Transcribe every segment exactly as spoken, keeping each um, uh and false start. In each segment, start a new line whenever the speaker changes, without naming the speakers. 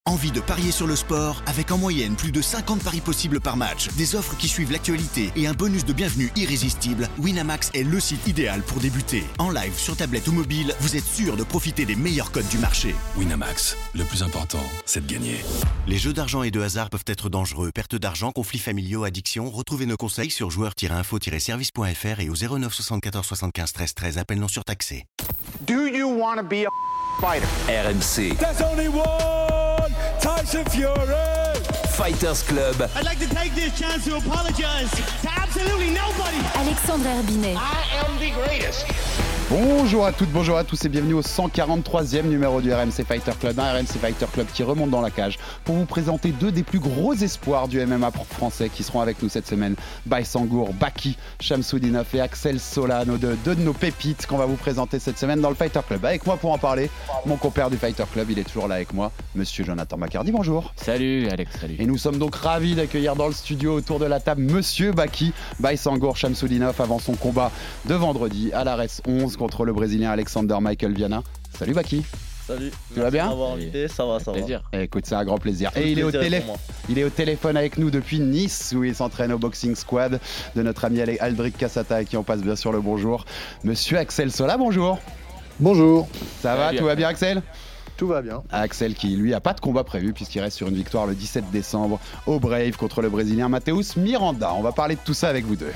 Envie de parier sur le sport avec en moyenne plus de cinquante paris possibles par match, des offres qui suivent l'actualité et un bonus de bienvenue irrésistible? Winamax est le site idéal pour débuter. En live, sur tablette ou mobile, vous êtes sûr de profiter des meilleurs codes du marché.
Winamax, le plus important, c'est de gagner.
Les jeux d'argent et de hasard peuvent être dangereux. Perte d'argent, conflits familiaux, addiction. Retrouvez nos conseils sur joueurs tiret info tiret service point f r et au zéro neuf soixante-quatorze soixante-quinze treize treize. Appel non surtaxé.
Do you want to be a fighter?
R M C.
There's only one Tyson Fury.
Fighters Club.
I'd like to take this chance to apologize to absolutely nobody.
Alexandre Herbinet.
I am the greatest.
Bonjour à toutes, bonjour à tous et bienvenue au cent quarante-troisième numéro du R M C Fighter Club, un R M C Fighter Club qui remonte dans la cage pour vous présenter deux des plus gros espoirs du M M A français qui seront avec nous cette semaine. Baïsangour, Baki, Shamsudinov et Axel Solano, deux, deux de nos pépites qu'on va vous présenter cette semaine dans le Fighter Club. Avec moi pour en parler, mon compère du Fighter Club, il est toujours là avec moi, monsieur Jonathan Macardy, bonjour.
Salut Alex, salut.
Et nous sommes donc ravis d'accueillir dans le studio autour de la table monsieur Baki, Baïsangour, Shamsudinov avant son combat de vendredi à l'A R S onze contre le Brésilien Alexander Michael Viana. Salut Baki.
Salut.
Tu vas bien?
Invité. Ça va, ça
plaisir.
va.
Écoute, c'est un grand plaisir. Et il est, au
plaisir
télé... il est au téléphone avec nous depuis Nice où il s'entraîne au boxing squad de notre ami Aldric Cassata à qui on passe bien sûr le bonjour. Monsieur Axel Sola, bonjour.
Bonjour.
Ça va?
Salut,
tout va bien Axel?
Tout va bien.
Axel qui lui a pas de combat prévu puisqu'il reste sur une victoire le dix-sept décembre au Brave contre le Brésilien Matheus Miranda. On va parler de tout ça avec vous deux.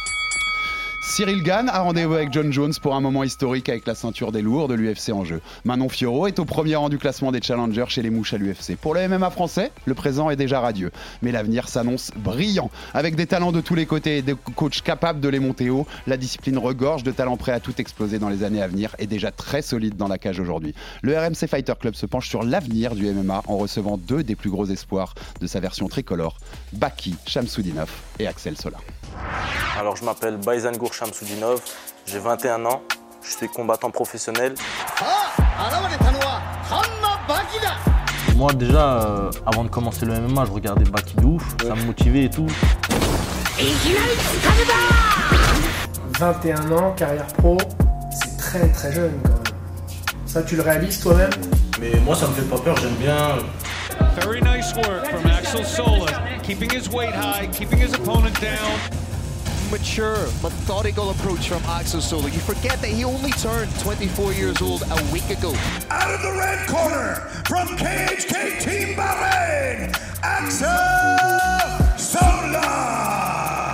Cyril Gane a rendez-vous avec John Jones pour un moment historique avec la ceinture des lourds de l'U F C en jeu. Manon Fiorot est au premier rang du classement des challengers chez les mouches à l'U F C. Pour le M M A français, le présent est déjà radieux. Mais l'avenir s'annonce brillant. Avec des talents de tous les côtés et des coachs capables de les monter haut, la discipline regorge de talents prêts à tout exploser dans les années à venir et déjà très solide dans la cage aujourd'hui. Le R M C Fighter Club se penche sur l'avenir du M M A en recevant deux des plus gros espoirs de sa version tricolore, Baki Shamsudinov et Axel Sola.
Alors je m'appelle Baïsangour Shamsudinov, j'ai vingt et un ans, je suis combattant professionnel. Moi déjà, euh, avant de commencer le M M A, je regardais Baki de ouf, ça me motivait et tout.
vingt et un ans, carrière pro, c'est très très jeune quand même. Ça tu le réalises toi-même?
Mais moi ça me fait pas peur, j'aime bien.
Very nice work from Axel Sola, keeping his weight high, keeping his opponent down.
Mature, methodical approach from Axel Sola. You forget that he only turned twenty-four years old a week ago.
Out of the red corner, from K H K Team Bahrain, Axel Sola.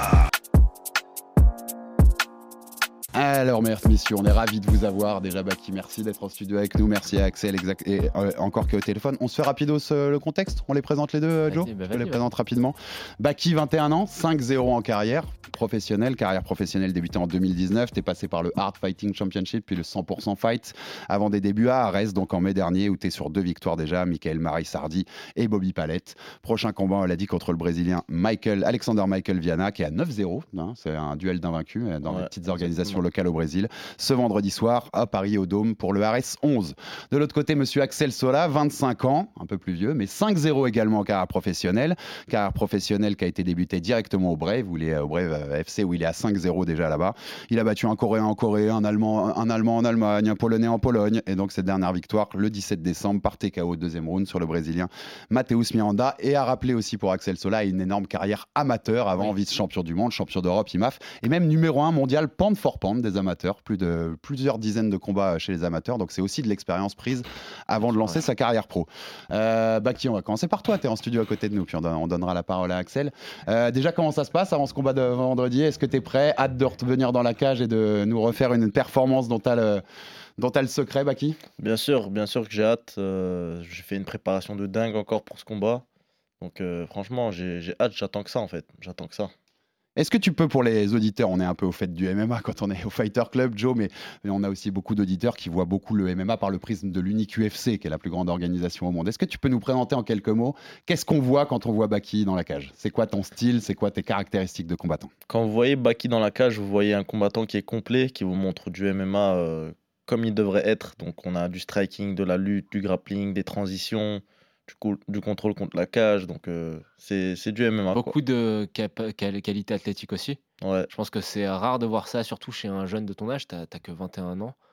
Alors merci messieurs, on est ravis de vous avoir. Déjà Baki, merci d'être en studio avec nous. Merci à Axel exact, et euh, encore que au téléphone. On se fait rapidos euh, le contexte? On les présente les deux, euh, Joe?
bah,
Je les présente rapidement. Baki, vingt et un ans, cinq zéro en carrière professionnelle. Carrière professionnelle débutée en deux mille dix-neuf. T'es passé par le Hard Fighting Championship puis le cent pour cent Fight avant des débuts à Arès, donc en mai dernier, où t'es sur deux victoires déjà, Michael Marais-Sardi et Bobby Palette. Prochain combat, on l'a dit, contre le Brésilien Michael, Alexander Michael Viana, qui est à neuf zéro. Hein, c'est un duel d'invaincus dans ouais, les petites organisations locales au Brésil. Ce vendredi soir à Paris au Dôme pour le A R S onze. De l'autre côté, monsieur Axel Sola, vingt-cinq ans, un peu plus vieux, mais cinq zéro également en carrière professionnelle. Carrière professionnelle qui a été débutée directement au Brave, où il est au Brave F C, où il est à cinq zéro déjà là-bas. Il a battu un Coréen en Corée, un Allemand, un Allemand en Allemagne, un Polonais en Pologne. Et donc cette dernière victoire, le dix-sept décembre, par T K O, deuxième round sur le Brésilien Matheus Miranda. Et à rappeler aussi pour Axel Sola, une énorme carrière amateur, avant oui. vice-champion du monde, champion d'Europe, I M A F, et même numéro un mondial pound for pound des amateurs. Plus de plusieurs dizaines de combats chez les amateurs, donc c'est aussi de l'expérience prise avant de lancer ouais. sa carrière pro. Euh, Baki, on va commencer par toi, tu es en studio à côté de nous, puis on, don- on donnera la parole à Axel. Euh, déjà, comment ça se passe avant ce combat de vendredi? Est-ce que tu es prêt? Hâte de revenir dans la cage et de nous refaire une performance dont tu as le, dont t'as le secret, Baki?
Bien sûr, bien sûr que j'ai hâte. Euh, j'ai fait une préparation de dingue encore pour ce combat. Donc euh, franchement, j'ai, j'ai hâte, j'attends que ça en fait, j'attends que ça.
Est-ce que tu peux, pour les auditeurs, on est un peu au fait du M M A quand on est au Fighter Club, Joe, mais, mais on a aussi beaucoup d'auditeurs qui voient beaucoup le M M A par le prisme de l'unique U F C, qui est la plus grande organisation au monde. Est-ce que tu peux nous présenter en quelques mots, qu'est-ce qu'on voit quand on voit Baki dans la cage? C'est quoi ton style? C'est quoi tes caractéristiques de combattant?
Quand vous voyez Baki dans la cage, vous voyez un combattant qui est complet, qui vous montre du M M A euh, comme il devrait être. Donc on a du striking, de la lutte, du grappling, des transitions, du, co- du contrôle contre la cage. Donc euh, c'est, c'est du M M A.
Beaucoup
quoi.
de cap- qual- qualité athlétique aussi.
Ouais.
Je pense que c'est rare de voir ça, surtout chez un jeune de ton âge. T'as, t'as que vingt et un ans.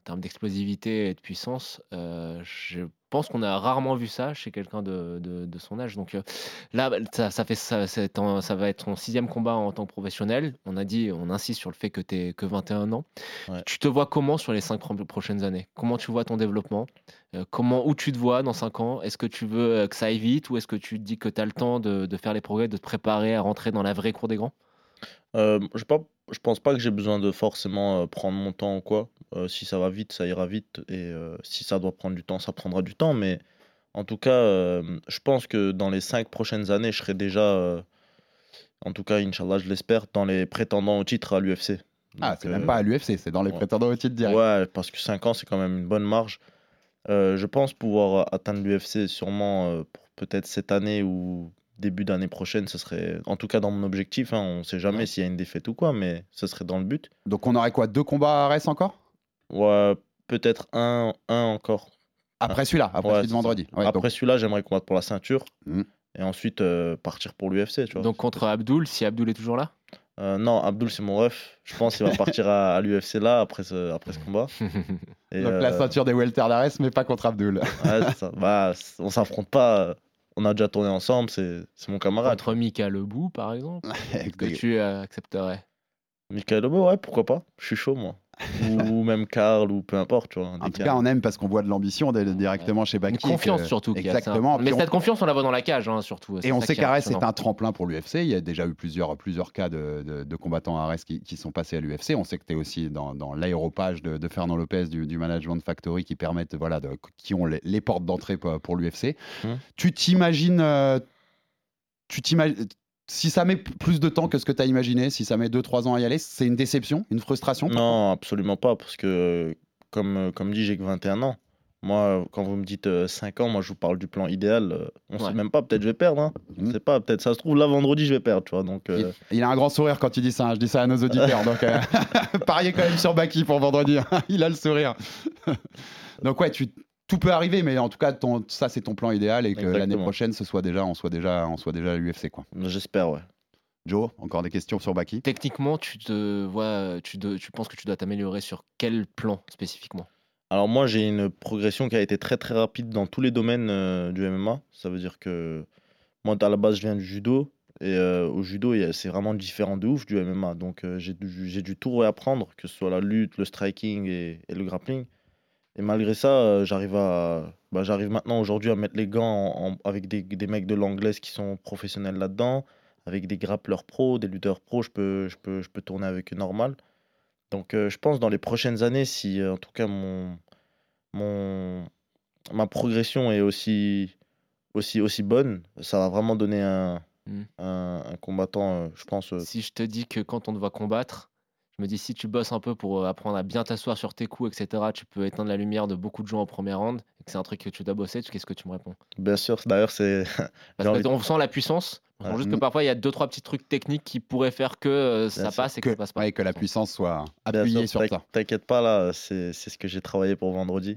en termes d'explosivité et de puissance, euh, je pense qu'on a rarement vu ça chez quelqu'un de, de, de son âge. Donc euh, là, ça, ça, fait, ça, c'est en- ça va être ton sixième combat en tant que professionnel. On a dit, on insiste sur le fait que tu n'es que vingt et un ans.
Ouais.
Tu te vois comment sur les cinq pro- prochaines années? Comment tu vois ton développement? Euh, comment, où tu te vois dans cinq ans? Est-ce que tu veux euh, que ça aille vite ou est-ce que tu te dis que tu as le temps de, de faire les progrès, de te préparer à rentrer dans la vraie cour des grands?
Euh, je pas, je pense pas que j'ai besoin de forcément euh, prendre mon temps ou quoi. Euh, si ça va vite, ça ira vite. Et euh, si ça doit prendre du temps, ça prendra du temps. Mais en tout cas, euh, je pense que dans les cinq prochaines années, je serai déjà, euh, en tout cas, Inch'Allah, je l'espère, dans les prétendants au titre à l'U F C.
Ah,
Donc,
c'est même
euh,
pas à l'U F C, c'est dans les
ouais.
prétendants au titre direct.
Ouais, parce que cinq ans, c'est quand même une bonne marge. Euh, je pense pouvoir atteindre l'U F C sûrement euh, pour peut-être cette année ou début d'année prochaine. Ce serait, en tout cas, dans mon objectif. Hein, on ne sait jamais
Ouais.
s'il y a une défaite ou quoi, mais ce serait dans le but.
Donc on aurait quoi, deux combats à Arès encore?
Ouais, peut-être un, un encore.
Après celui-là, après
Ouais,
celui de
c'est ça.
vendredi. Ouais,
Après
donc-
celui-là, j'aimerais combattre pour la ceinture.
Mhm.
Et ensuite euh, partir pour l'U F C. Tu vois.
Donc contre Abdul, si Abdul est toujours là?
Euh, non, Abdul, c'est mon ref. Je pense qu'il va partir à, à l'U F C là après ce, après ce combat. Et,
donc la
euh,
ceinture des welter d'Arès, mais pas contre Abdul.
ouais, c'est ça. Bah, c- on s'affronte pas. On a déjà tourné ensemble. C'est c'est mon camarade.
Contre Mika Lebou, par exemple? Est-ce que
Des-
tu euh, accepterais?
Michael Lobo, ouais, pourquoi pas. Je suis chaud, moi. Ou même Karl, ou peu importe, tu vois. un
En
des
tout
cas.
cas, on aime parce qu'on voit de l'ambition dé- directement chez
Une
Baki.
confiance
que-
surtout. qu'il y a, c'est un-
Exactement.
Mais
Puis on-
cette confiance, on la voit dans la cage, hein, surtout.
Et
C'est
on
ça
sait
qui est
qu'Arès est
impressionnant.
un tremplin pour l'U F C. Il y a déjà eu plusieurs, plusieurs cas de, de- de combattants Arès qui, qui sont passés à l'U F C. On sait que tu es aussi dans, dans l'aéropage de, de Fernand Lopez du, du Management Factory qui permettent, voilà, de- qui ont les, les portes d'entrée pour, pour l'U F C.
Hum.
Tu t'imagines, euh, tu t'imagines, si ça met p- plus de temps que ce que tu as imaginé, si ça met deux trois ans à y aller, c'est une déception, une frustration pour toi?
Non, absolument pas, parce que, comme, euh, comme dit, j'ai que vingt et un ans. Moi, euh, quand vous me dites euh, cinq ans, moi, je vous parle du plan idéal. euh, On
Ouais.
sait même pas, peut-être je vais perdre. Hein. On
Mhm.
sait pas, peut-être ça se trouve, là, vendredi, je vais perdre, tu vois. Donc, euh,
Il, il a un grand sourire quand il dit ça, hein. Je dis ça à nos auditeurs. Donc, euh, pariez quand même sur Baki pour vendredi. hein. Il a le sourire. donc, ouais, tu, tout peut arriver, mais en tout cas, ton, ça, c'est ton plan idéal et que l'année
Exactement.
prochaine, ce soit déjà, on soit déjà, on soit déjà à l'U F C, quoi.
j'espère, ouais.
Joe, encore des questions sur Baki?
Techniquement, tu te vois, tu, de- tu penses que tu dois t'améliorer sur quel plan spécifiquement?
Alors moi, j'ai une progression qui a été très très rapide dans tous les domaines euh, du M M A. Ça veut dire que moi, à la base, je viens du judo. Et euh, au judo, il y a- c'est vraiment différent de ouf du M M A. Donc euh, j'ai dû, j'ai dû tout réapprendre, que ce soit la lutte, le striking et, et le grappling. Et malgré ça, euh, j'arrive à, bah, j'arrive maintenant aujourd'hui à mettre les gants en- en- avec des, des mecs de l'anglaise qui sont professionnels là-dedans, avec des grappleurs pro, des lutteurs pro, je peux, je peux, je peux tourner avec eux normal. Donc euh, je pense dans les prochaines années, si euh, en tout cas mon, mon, ma progression est aussi, aussi, aussi bonne, ça va vraiment donner un,
Mm.
un, un combattant, euh, je pense. euh,
Si je te dis que quand on te voit combattre, je me dis si tu bosses un peu pour euh, apprendre à bien t'asseoir sur tes coups, et cetera, tu peux éteindre la lumière de beaucoup de gens en première round et que c'est un truc que tu dois bosser, tu- qu'est-ce que tu me réponds?
Bien sûr, d'ailleurs, c'est. j'ai
Parce
envie de-
qu'on sent la puissance, on sent
Ouais.
juste que parfois il y a deux trois petits trucs techniques qui pourraient faire que euh, ça
Bien sûr.
passe et que,
Que,
ça passe pas.
ouais, que la puissance soit
Bien
appuyée
sûr,
sur
t'in-
ça.
T'inquiète pas, là, c'est c'est ce que j'ai travaillé pour vendredi.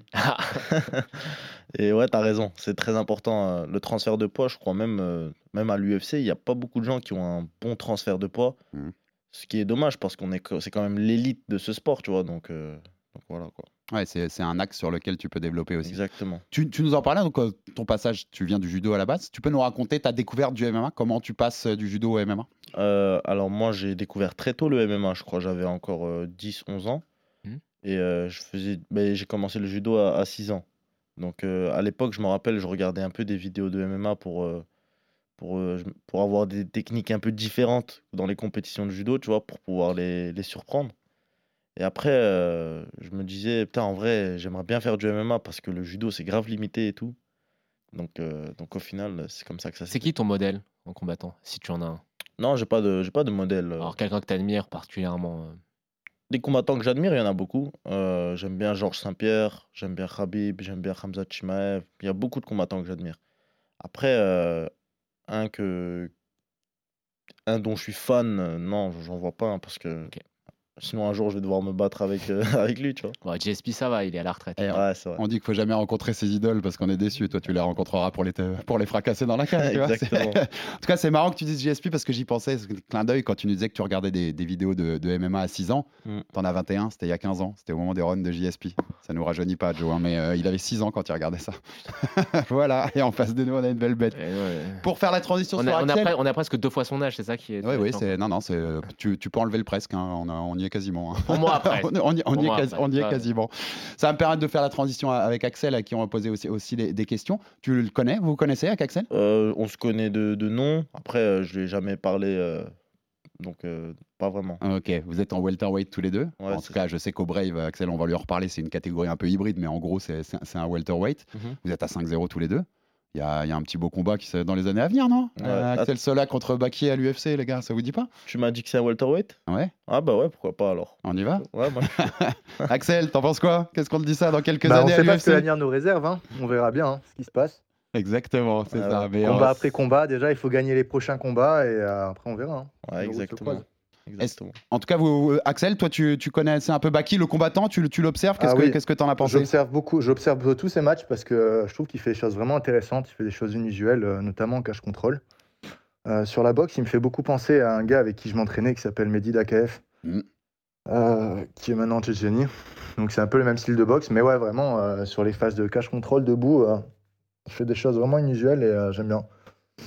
Et ouais, t'as raison, c'est très important. euh, Le transfert de poids, je crois même, euh, même à l'U F C, il n'y a pas beaucoup de gens qui ont un bon transfert de poids.
Mhm.
Ce qui est dommage parce qu'on est, co- c'est quand même l'élite de ce sport, tu vois. Donc, euh, donc voilà quoi.
Ouais, c'est c'est un axe sur lequel tu peux développer aussi.
Exactement.
Tu, tu nous en parlais, donc euh, ton passage, tu viens du judo à la base. Tu peux nous raconter ta découverte du M M A? Comment tu passes euh, du judo au M M A?
Euh, alors moi, j'ai découvert très tôt le M M A, je crois. J'avais encore euh, dix onze ans.
Mhm.
Et euh, je faisais, ben, j'ai commencé le judo à, à six ans. Donc euh, à l'époque, je me rappelle, je regardais un peu des vidéos de M M A pour, euh, pour, euh, je- pour avoir des techniques un peu différentes dans les compétitions de judo, tu vois, pour pouvoir les, les surprendre. Et après, euh, je me disais, putain, en vrai, j'aimerais bien faire du M M A parce que le judo, c'est grave limité et tout. Donc, euh, donc au final, c'est comme ça que ça s'est
C'est
fait.
qui ton modèle en combattant, si tu en as un?
Non, j'ai pas de, j'ai pas de modèle. euh.
Alors quelqu'un que tu admires particulièrement. euh,
Des combattants que j'admire, il y en a beaucoup. Euh, j'aime bien Georges Saint-Pierre, j'aime bien Khabib, j'aime bien Khamzat Chimaev. Il y a beaucoup de combattants que j'admire. Après, euh, un que un dont je suis fan, euh, non, j'en vois pas, hein, parce que
Ok.
Sinon, un jour, je vais devoir me battre avec, euh, avec lui, tu vois.
Bon, G S P, ça va, il est à la retraite.
Et
Ouais, c'est vrai.
on dit qu'il faut jamais rencontrer ses idoles parce qu'on est déçu. Toi, tu les rencontreras pour les, te- pour les fracasser dans la cage. tu vois.
Exactement.
C'est- en tout cas, c'est marrant que tu dises G S P parce que j'y pensais. C'est un clin d'œil quand tu nous disais que tu regardais des, des vidéos de, de M M A à six ans.
Mm.
T'en as vingt et un, c'était il y a quinze ans. C'était au moment des runs de J S P. Ça nous rajeunit pas, Joe, hein, mais euh, il avait six ans quand il regardait ça. Voilà. Et en face de nous, on a une belle bête.
Et ouais.
Pour faire la transition
On
sur
a, on, a
Axel.
pre- on a presque deux fois son âge, c'est ça qui est.
Oui, oui,
intéressant.
c'est non, non, c'est tu, tu peux enlever le presque. Hein, on, a- on y est quasiment. hein.
Pour moi, après.
on, on y, on
Pour
y est,
moi,
quasi-
après.
on y est
Ouais.
quasiment. Ça va me permettre de faire la transition avec Axel, à qui on va poser aussi, aussi des, des questions. Tu le connais Vous vous connaissez avec Axel
Euh, on se connaît de, de nom. Après, euh, je lui ai jamais parlé, euh, donc euh, pas vraiment.
Ok, vous êtes en welterweight tous les deux.
Ouais,
en
c'est
tout cas, je sais qu'au Brave, Axel, on va lui en reparler. C'est une catégorie un peu hybride, mais en gros, c'est c'est- c'est un welterweight.
Mhm.
Vous êtes à cinq zéro tous les deux. Il y a, il y a un petit beau combat qui se dans les années à venir, non
Ouais.
Euh, Axel Sola contre Baki à l'U F C, les gars, ça vous dit pas
Tu m'as dit que c'est un welterweight?
Ouais,
Ah bah ouais, pourquoi pas alors.
on y va.
Ouais, moi,
Axel, t'en penses quoi Qu'est-ce qu'on te dit ça dans quelques
Bah, on
années à
sait pas ce que
l'U F C
l'avenir nous réserve, hein. On verra bien hein, ce qui se passe.
Exactement, c'est
Euh,
ça. Mais
Combat
euh,
après combat, déjà il faut gagner les prochains combats et euh, après on verra. hein.
ouais,
Le route se
exactement.
croise.
Exactement.
En tout cas, vous, euh, Axel, toi, tu, tu connaissais un peu Baki, le combattant, tu, tu l'observes. Qu'est-ce
Ah
que
oui.
qu'est-ce que t'en as pensé
J'observe beaucoup, j'observe tous ces matchs parce que euh, je trouve qu'il fait des choses vraiment intéressantes, il fait des choses inusuelles, euh, notamment en cache contrôle. Euh, sur la boxe, il me fait beaucoup penser à un gars avec qui je m'entraînais qui s'appelle Mehdi Dakaev,
Mhm.
euh, qui est maintenant en Tchétchénie. Donc c'est un peu le même style de boxe, mais ouais, vraiment, euh, sur les phases de cache contrôle debout, euh, il fait des choses vraiment inusuelles et euh, j'aime bien.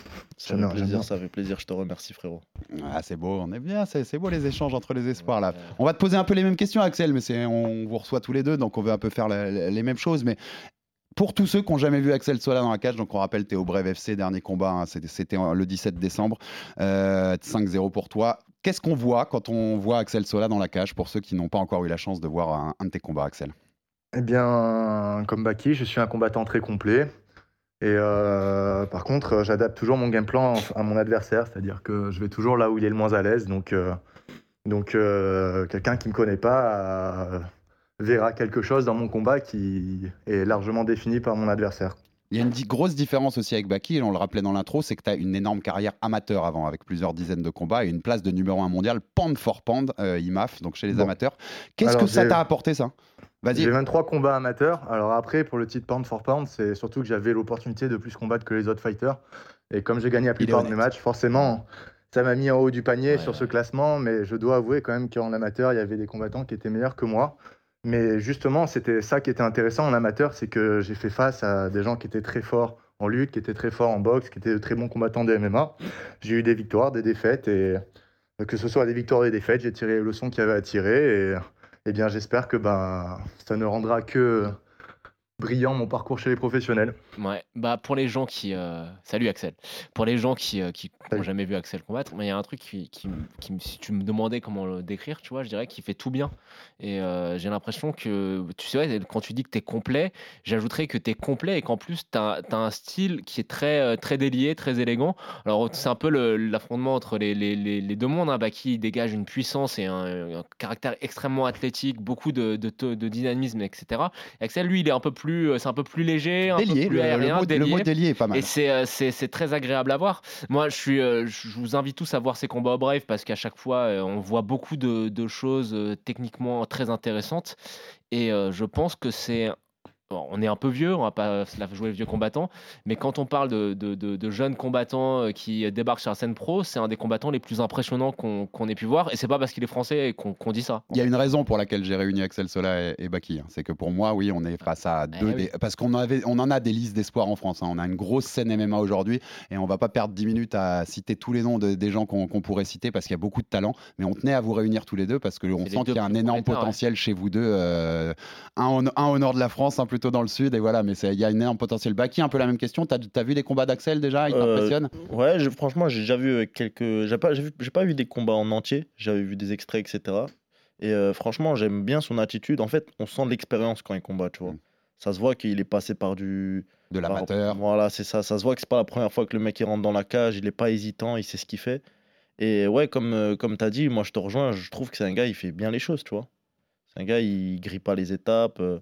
Ça
J'aime
fait
bien, j'aime
plaisir,
bien.
ça fait plaisir, je te remercie frérot.
Ah, c'est beau, on est bien, c'est c'est beau les échanges entre les espoirs là. On va te poser un peu les mêmes questions, Axel, mais c'est on vous reçoit tous les deux, donc on veut un peu faire la- la- les mêmes choses. Mais pour tous ceux qui n'ont jamais vu Axel Sola dans la cage, donc on rappelle, tu es au Brave F C, dernier combat, hein, c'était c'était le dix-sept décembre, euh, cinq zéro pour toi. Qu'est-ce qu'on voit quand on voit Axel Sola dans la cage, pour ceux qui n'ont pas encore eu la chance de voir un, un de tes combats, Axel?
Eh bien, comme Baki, je suis un combattant très complet. Et euh, par contre, euh, j'adapte toujours mon game plan à mon adversaire, c'est-à-dire que je vais toujours là où il est le moins à l'aise. Donc, euh, donc euh, quelqu'un qui ne me connaît pas euh, verra quelque chose dans mon combat qui est largement défini par mon adversaire.
Il y a une di- grosse différence aussi avec Baki, et on le rappelait dans l'intro, c'est que tu as une énorme carrière amateur avant, avec plusieurs dizaines de combats et une place de numéro un mondial, pound for pound, euh, I M A F, donc chez les
Bon.
amateurs. Qu'est-ce
Alors,
que ça
j'ai-
t'a apporté, ça? Vas-y.
J'ai vingt-trois combats amateurs. Alors après, pour le titre pound for pound, c'est surtout que j'avais l'opportunité de plus combattre que les autres fighters. Et comme j'ai gagné la plupart de mes
honnête.
matchs, forcément, ça m'a mis en haut du panier
Ouais,
sur ce
ouais.
classement. Mais je dois avouer quand même qu'en amateur, il y avait des combattants qui étaient meilleurs que moi. Mais justement, c'était ça qui était intéressant en amateur, c'est que j'ai fait face à des gens qui étaient très forts en lutte, qui étaient très forts en boxe, qui étaient de très bons combattants de M M A. J'ai eu des victoires, des défaites. Et que ce soit des victoires et des défaites, j'ai tiré les leçons qu'il y avait à tirer. Et eh bien, j'espère que ben, ça ne rendra que brillant mon parcours chez les professionnels.
Ouais, bah pour les gens qui. euh, Salut Axel. Pour les gens qui euh, qui n'ont
Salut.
jamais vu Axel combattre, moi, il y a un truc qui, qui, me- qui me- si tu me demandais comment le décrire, tu vois, je dirais qu'il fait tout bien. Et euh, j'ai l'impression que, tu sais, quand tu dis que tu es complet, j'ajouterais que tu es complet et qu'en plus, tu as, un style qui est très, euh, très délié, très élégant. Alors, c'est un peu le- l'affrontement entre les, les, les, les deux mondes. Hein. Baki dégage une puissance et un, un caractère extrêmement athlétique, beaucoup de, de, de, de dynamisme, et cetera. Axel, lui, il est un peu plus, c'est un peu plus léger, un
Délié,
peu plus
le, le
aérien,
mot, le
délié.
mot délié est pas mal.
Et c'est, euh, c'est, c'est très agréable à voir. Moi, je, suis, euh, je je vous invite tous à voir ces combats au Brave parce qu'à chaque fois, euh, on voit beaucoup de, de choses euh, techniquement très intéressantes. Et euh, je pense que c'est. Bon, on est un peu vieux, on va pas se la jouer vieux combattant, mais quand on parle de, de, de, de jeunes combattants euh, qui débarquent sur la scène pro, c'est un des combattants les plus impressionnants qu'on, qu'on ait pu voir. Et c'est pas parce qu'il est français qu'on, qu'on dit ça.
Il y a une raison pour laquelle j'ai réuni Axel Sola et, et Baki. hein. C'est que pour moi, oui, on est face à deux.
oui.
des- Parce qu'on avait, on en a des listes d'espoir en France. hein. On a une grosse scène M M A aujourd'hui et on va pas perdre dix minutes à citer tous les noms de- des gens qu'on qu'on pourrait citer parce qu'il y a beaucoup de talent. Mais on tenait à vous réunir tous les deux parce qu'on
C'est les
sent
deux
qu'il y a un
plus
énorme
prometteurs,
potentiel chez vous deux. euh, un, au, un au nord de la France, un plutôt dans le sud. Et voilà, mais c'est- il y a un énorme potentiel. Baki, un peu la même question. T'as as vu des combats d'Axel déjà? Il
Euh,
t'impressionne?
Ouais, je- franchement, j'ai déjà vu euh, quelques. J'ai pas, j'ai vu- j'ai pas vu des combats en entier. J'avais vu des extraits, et cetera. Et euh, franchement, j'aime bien son attitude. En fait, on sent de l'expérience quand il combat, tu vois.
Mm.
Ça se voit qu'il est passé par du.
De
par-
l'amateur.
Voilà, c'est ça. Ça se voit que c'est pas la première fois que le mec il rentre dans la cage. Il est pas hésitant. Il sait ce qu'il fait. Et ouais, comme euh, comme t'as dit, moi je te rejoins. Je trouve que c'est un gars. Il fait bien les choses, tu vois. C'est un gars. Il grille pas les étapes. euh,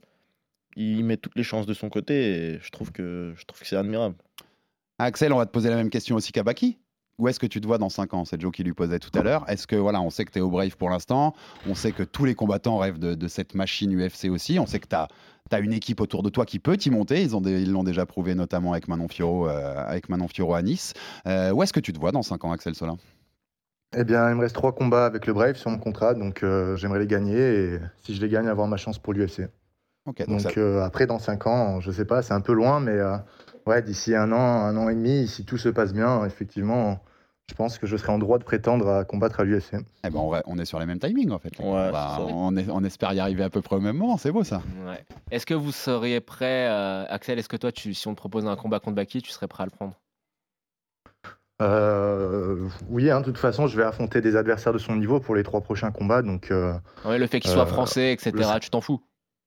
il met toutes les chances de son côté. Et je trouve que je trouve que c'est admirable.
Axel, on va te poser la même question aussi qu'à Baki. où est-ce que tu te vois dans cinq ans? C'est Joe qui lui posait tout à l'heure. Est-ce que, voilà, on sait que tu es au Brave pour l'instant, on sait que tous les combattants rêvent de, de cette machine U F C aussi, on sait que tu as T'as une équipe autour de toi qui peut t'y monter. Ils, ont des, ils l'ont déjà prouvé, notamment avec Manon Fiorot, euh, avec Manon Fiorot à Nice. Euh, où est-ce que tu te vois dans cinq ans, Axel Solin?
Eh bien, il me reste trois combats avec le Brave sur mon contrat, donc euh, j'aimerais les gagner. Et si je les gagne, avoir ma chance pour l'U F C.
Okay,
donc
donc ça...
euh, après, dans cinq ans, je sais pas, c'est un peu loin, mais euh, ouais, d'ici un an, un an et demi, si tout se passe bien, effectivement, je pense que je serai en droit de prétendre à combattre à l'U F C.
Eh ben, on, va, on est sur les mêmes timings en fait.
Ouais,
on, va, on, est, on espère y arriver à peu près au même moment, c'est beau ça.
Ouais. Est-ce que vous seriez prêt, euh, Axel, est-ce que toi, tu, si on te propose un combat contre Baki, tu serais prêt à le prendre?
euh, Oui, hein, de toute façon, je vais affronter des adversaires de son niveau pour les trois prochains combats. Donc, euh,
ouais, le fait qu'il soit euh, français, et cetera, le... tu t'en fous?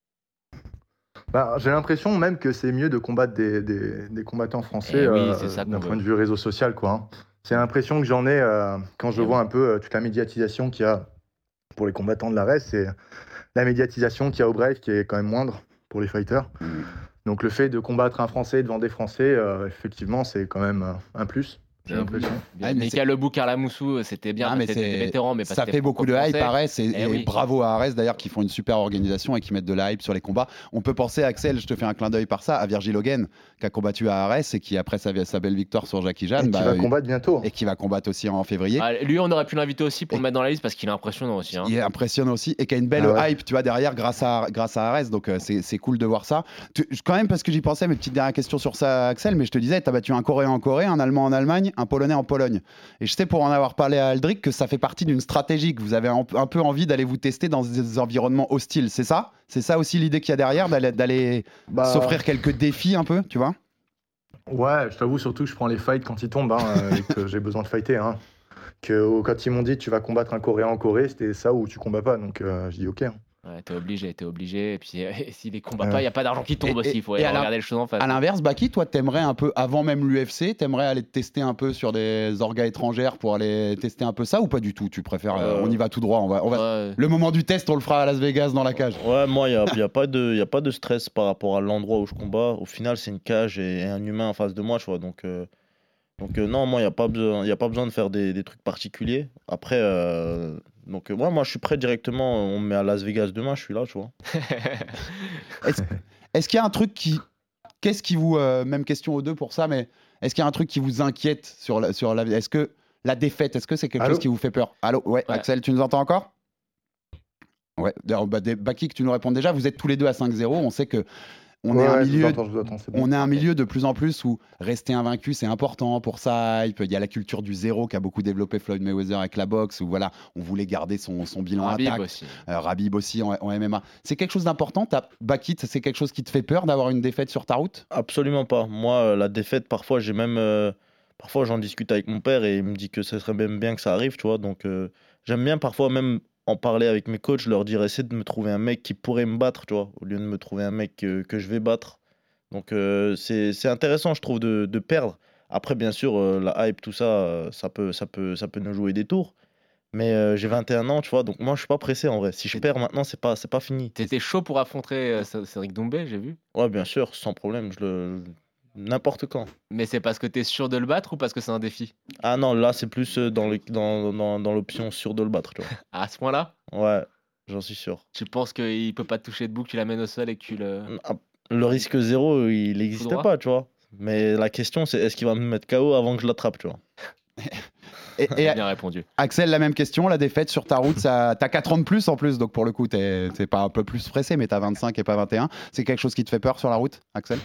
Bah, j'ai l'impression même que c'est mieux de combattre des, des, des combattants français
eh oui,
euh, d'un point de vue réseau social, quoi. Hein. C'est l'impression que j'en ai euh, quand je et vois oui. un peu euh, toute la médiatisation qu'il y a pour les combattants de l'A R E S, c'est la médiatisation qu'il y a au Brave qui est quand même moindre pour les fighters. Mmh. Donc le fait de combattre un Français devant des Français, euh, effectivement, c'est quand même euh, un plus. J'ai l'impression.
Ah, Mika Lebou, Carla Moussou, c'était bien, ah, c'était des vétérans, mais pas
ça fait beaucoup de hype, Ares, et,
eh
et
oui.
bravo à Ares d'ailleurs qui font une super organisation et qui mettent de la hype sur les combats. On peut penser, Axel, je te fais un clin d'œil par ça, à Virgil Hogan qui a combattu à Ares et qui après sa, sa belle victoire sur Jackie Jeanne,
et bah, qui va euh, combattre bientôt
et qui va combattre aussi en février.
Ah, lui, on aurait pu l'inviter aussi pour et le mettre dans la liste parce qu'il est impressionnant aussi. Hein.
Il est impressionnant aussi et qui a une belle ah ouais. hype, tu vois, derrière grâce à grâce à Ares, donc euh, c'est, c'est cool de voir ça. Tu, quand même parce que j'y pensais, mes petites dernières questions sur ça, Axel, mais je te disais, t'as battu un Coréen en Corée, un Allemand en Allemagne, un Polonais en Pologne. Et je sais pour en avoir parlé à Aldric que ça fait partie d'une stratégie, que vous avez un, un peu envie d'aller vous tester dans des environnements hostiles, c'est ça? C'est ça aussi l'idée qu'il y a derrière, d'aller, d'aller bah... s'offrir quelques défis un peu, tu vois?
Ouais, je t'avoue surtout que je prends les fights quand ils tombent hein, et que j'ai besoin de fighter. Hein. Que, quand ils m'ont dit tu vas combattre un Coréen en Corée, c'était ça ou tu combats pas, donc euh, je dis ok. Hein.
Ouais, t'es obligé, t'es obligé. Et puis, et s'il les combat pas, il n'y a pas d'argent qui tombe et, aussi. Il faut
et
regarder les choses en face.
À l'inverse, Baki, toi, t'aimerais un peu, avant même l'U F C, t'aimerais aller te tester un peu sur des orgas étrangères pour aller tester un peu ça ou pas du tout? Tu préfères, euh... on y va tout droit. On va, on va... Ouais. Le moment du test, on le fera à Las Vegas dans la cage.
Ouais, moi, il n'y a, y a, pas de, y a pas de stress par rapport à l'endroit où je combats. Au final, c'est une cage et un humain en face de moi, tu vois. Donc, euh... donc euh, non, moi, il n'y a, pas besoin, y a pas besoin de faire des, des trucs particuliers. Après. Euh... Donc, euh, ouais, moi, je suis prêt directement. On me met à Las Vegas demain, je suis là, tu vois.
est-ce, est-ce qu'il y a un truc qui. Qu'est-ce qui vous. Euh, même question aux deux pour ça, mais est-ce qu'il y a un truc qui vous inquiète sur la. Sur la est-ce que la défaite, est-ce que c'est quelque Allô chose qui vous fait peur? Allô ouais, ouais, Axel, tu nous entends encore? Ouais, d'ailleurs, bah, Baki, que tu nous réponds déjà, vous êtes tous les deux à cinq zéro. On sait que. On, ouais, est un milieu, attends, attends, bon. on est un milieu de plus en plus où rester invaincu c'est important pour ça. Il y a la culture du zéro qu'a beaucoup développé Floyd Mayweather avec la boxe où voilà, on voulait garder son, son bilan
Rabib
intact.
Aussi.
Euh, Rabib aussi en, en M M A. C'est quelque chose d'important. Baki, c'est quelque chose qui te fait peur d'avoir une défaite sur ta route?
Absolument pas. Moi, euh, la défaite, parfois, j'ai même, euh, parfois j'en discute avec mon père et il me dit que ce serait même bien que ça arrive, tu vois. Donc, euh, j'aime bien parfois même en parler avec mes coachs, leur dire essayer de me trouver un mec qui pourrait me battre, tu vois, au lieu de me trouver un mec que, que je vais battre. Donc euh, c'est, c'est intéressant, je trouve, de, de perdre. Après, bien sûr, euh, la hype, tout ça, euh, ça peut, ça peut, ça peut nous jouer des tours. Mais euh, j'ai vingt et un ans, tu vois, donc moi, je suis pas pressé en vrai. Si je perds maintenant, c'est pas, c'est pas fini.
T'étais chaud pour affronter euh, Cédric Doumbé, j'ai vu.
Ouais, bien sûr, sans problème, je le... n'importe quand.
Mais c'est parce que t'es sûr de le battre ou parce que c'est un défi?
Ah non, là, c'est plus dans, le, dans, dans, dans l'option sûr de le battre, tu vois.
À ce point-là?
Ouais, j'en suis sûr.
Tu penses qu'il peut pas te toucher debout, que tu l'amènes au sol et que tu le...
Ah, le risque zéro, il n'existe pas, tu vois. Mais la question, c'est est-ce qu'il va me mettre K O avant que je l'attrape, tu vois.
et, et
bien répondu.
Axel, la même question, la défaite sur ta route, ça, t'as quatre ans de plus en plus, donc pour le coup, t'es, t'es pas un peu plus pressé, mais t'as vingt-cinq et pas vingt et un. C'est quelque chose qui te fait peur sur la route, Axel?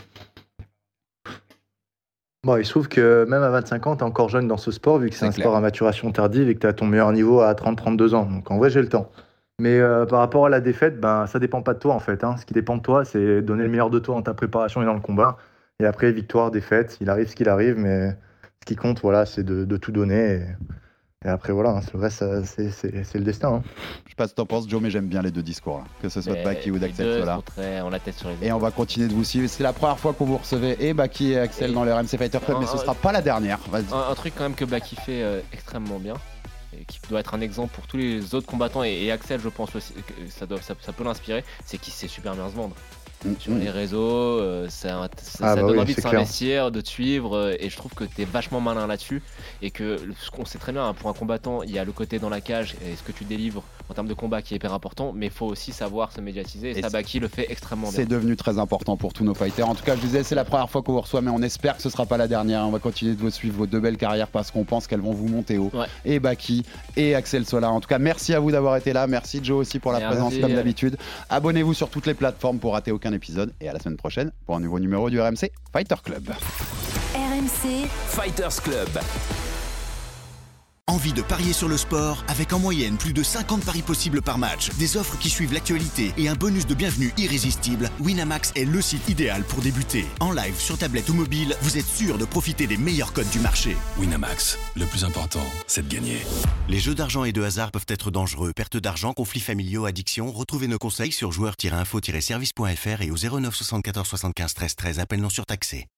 Bon, il se trouve que même à vingt-cinq ans, t'es encore jeune dans ce sport, vu que c'est, c'est un clair. sport à maturation tardive et que t'as ton meilleur niveau à trente à trente-deux ans. Donc en vrai, j'ai le temps. Mais euh, par rapport à la défaite, ben, ça dépend pas de toi en fait. Hein. Ce qui dépend de toi, c'est donner le meilleur de toi dans ta préparation et dans le combat. Et après, victoire, défaite, il arrive ce qu'il arrive, mais ce qui compte, voilà, c'est de, de tout donner. Et, et après, voilà, hein, le reste, c'est, c'est, c'est le destin. Hein.
Je sais pas ce que t'en penses, Joe, mais j'aime bien les deux discours, là. Que ce soit mais Baki ou d'Axel Sola.
On la tête sur les
et on va continuer de vous suivre. C'est la première fois qu'on vous recevait et Baki et Axel et dans le R M C Fighter Club, un, mais ce sera pas la dernière. Vas-y.
Un, un truc quand même que Baki fait euh, extrêmement bien. Et qui doit être un exemple pour tous les autres combattants et, et Axel, je pense aussi que ça, doit, ça, ça peut l'inspirer, c'est qu'il sait super bien se vendre.
Mmh.
Sur les réseaux, euh, ça, ça,
Ah
ça
bah
donne
oui,
envie de
c'est clair.
s'investir, de te suivre, euh, et je trouve que tu es vachement malin là-dessus. Et que ce qu'on sait très bien, hein, pour un combattant, il y a le côté dans la cage et ce que tu délivres en termes de combat qui est hyper important, mais il faut aussi savoir se médiatiser. Et,
Et
Sabaki le fait extrêmement bien.
C'est devenu très important pour tous nos fighters. En tout cas, je disais, c'est la première fois qu'on vous reçoit, mais on espère que ce sera pas la dernière. On va continuer de vous suivre vos deux belles carrières parce qu'on pense qu'elles vont vous monter haut.
Ouais.
Et Baki et Axel Solar. En tout cas, merci à vous d'avoir été là. Merci Joe aussi pour la
Merci.
présence comme d'habitude. Abonnez-vous sur toutes les plateformes pour rater aucun épisode. Et à la semaine prochaine pour un nouveau numéro du R M C Fighter Club.
R M C
Fighters Club.
Envie de parier sur le sport avec en moyenne plus de cinquante paris possibles par match, des offres qui suivent l'actualité et un bonus de bienvenue irrésistible, Winamax est le site idéal pour débuter. En live, sur tablette ou mobile, vous êtes sûr de profiter des meilleurs codes du marché.
Winamax, le plus important, c'est de gagner.
Les jeux d'argent et de hasard peuvent être dangereux. Perte d'argent, conflits familiaux, addiction. Retrouvez nos conseils sur joueurs tiret info tiret service point f r et au zéro neuf soixante-quatorze soixante-quinze treize treize. Appel non surtaxé.